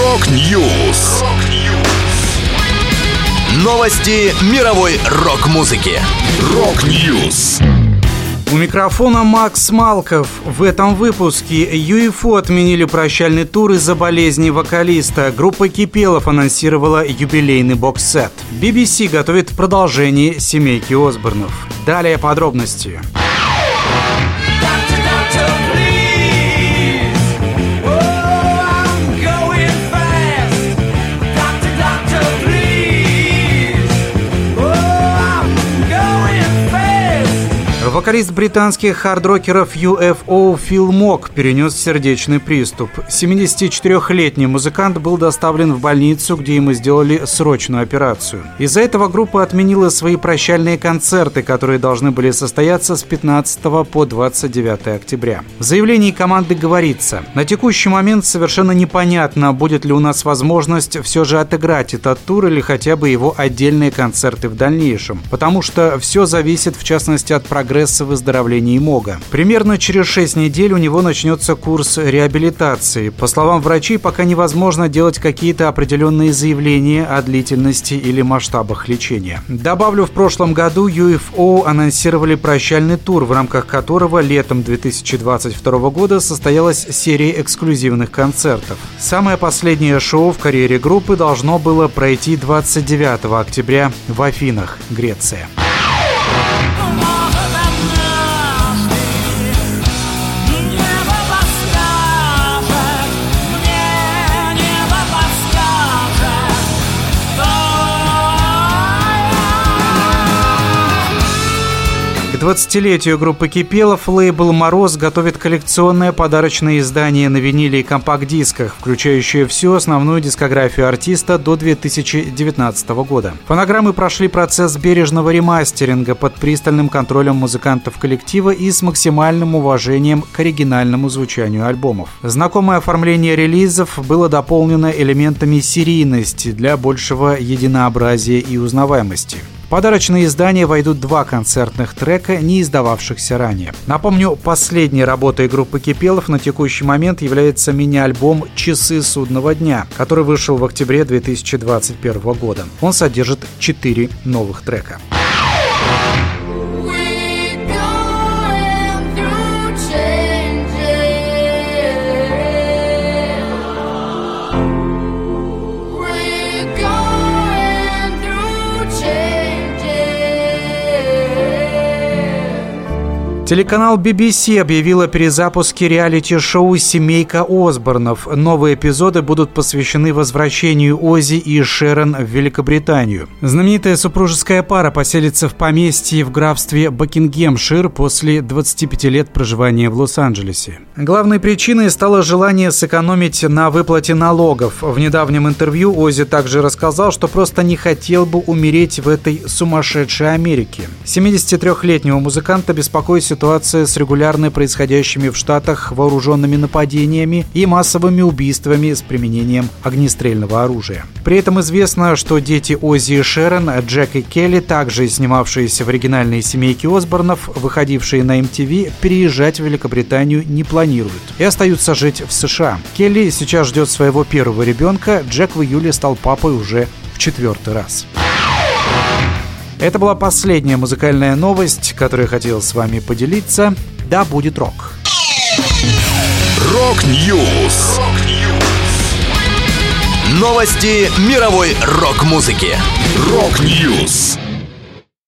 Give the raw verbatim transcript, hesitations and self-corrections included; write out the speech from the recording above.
Рок-Ньюс. Новости мировой рок-музыки. Рок-Ньюс. У микрофона Макс Малков. В этом выпуске ю эф о отменили прощальный тур из-за болезни вокалиста. Группа Кипелов анонсировала юбилейный бокс-сет. би би си готовит продолжение семейки Осборнов. Далее подробности. Вокалист британских хард-рокеров ю эф о Фил Мок перенес сердечный приступ. семидесятичетырёхлетний музыкант был доставлен в больницу, где ему сделали срочную операцию. Из-за этого группа отменила свои прощальные концерты, которые должны были состояться с пятнадцатого по двадцать девятое октября. В заявлении команды говорится: на текущий момент совершенно непонятно, будет ли у нас возможность все же отыграть этот тур или хотя бы его отдельные концерты в дальнейшем, потому что все зависит в частности от прогресса в выздоровлении Мога. Примерно через шесть недель у него начнется курс реабилитации. По словам врачей, пока невозможно делать какие-то определенные заявления о длительности или масштабах лечения. Добавлю, в прошлом году ю эф о анонсировали прощальный тур, в рамках которого летом две тысячи двадцать второго года состоялась серия эксклюзивных концертов. Самое последнее шоу в карьере группы должно было пройти двадцать девятого октября в Афинах, Греция. К двадцатилетию группы Кипелов лейбл «Мороз» готовит коллекционное подарочное издание на виниле и компакт-дисках, включающее всю основную дискографию артиста до две тысячи девятнадцатого года. Фонограммы прошли процесс бережного ремастеринга под пристальным контролем музыкантов коллектива и с максимальным уважением к оригинальному звучанию альбомов. Знакомое оформление релизов было дополнено элементами серийности для большего единообразия и узнаваемости. В подарочное издание войдут два концертных трека, не издававшихся ранее. Напомню, последней работой группы Кипелов на текущий момент является мини-альбом «Часы судного дня», который вышел в октябре две тысячи двадцать первого года. Он содержит четыре новых трека. Телеканал би би си объявил о перезапуске реалити-шоу «Семейка Осборнов». Новые эпизоды будут посвящены возвращению Оззи и Шерон в Великобританию. Знаменитая супружеская пара поселится в поместье в графстве Букингемшир после двадцати пяти лет проживания в Лос-Анджелесе. Главной причиной стало желание сэкономить на выплате налогов. В недавнем интервью Оззи также рассказал, что просто не хотел бы умереть в этой сумасшедшей Америке. семидесятитрёхлетнего музыканта беспокоит ситуация Ситуация с регулярно происходящими в Штатах вооруженными нападениями и массовыми убийствами с применением огнестрельного оружия. При этом известно, что дети Оззи и Шерон, Джек и Келли, также снимавшиеся в оригинальной «Семейке Осборнов», выходившие на эм ти ви, переезжать в Великобританию не планируют и остаются жить в США. Келли сейчас ждет своего первого ребенка, Джек в июле стал папой уже в четвертый раз. Это была последняя музыкальная новость, которую я хотел с вами поделиться. Да будет рок! Рок-Ньюс. Новости мировой рок-музыки. Рок-Ньюс.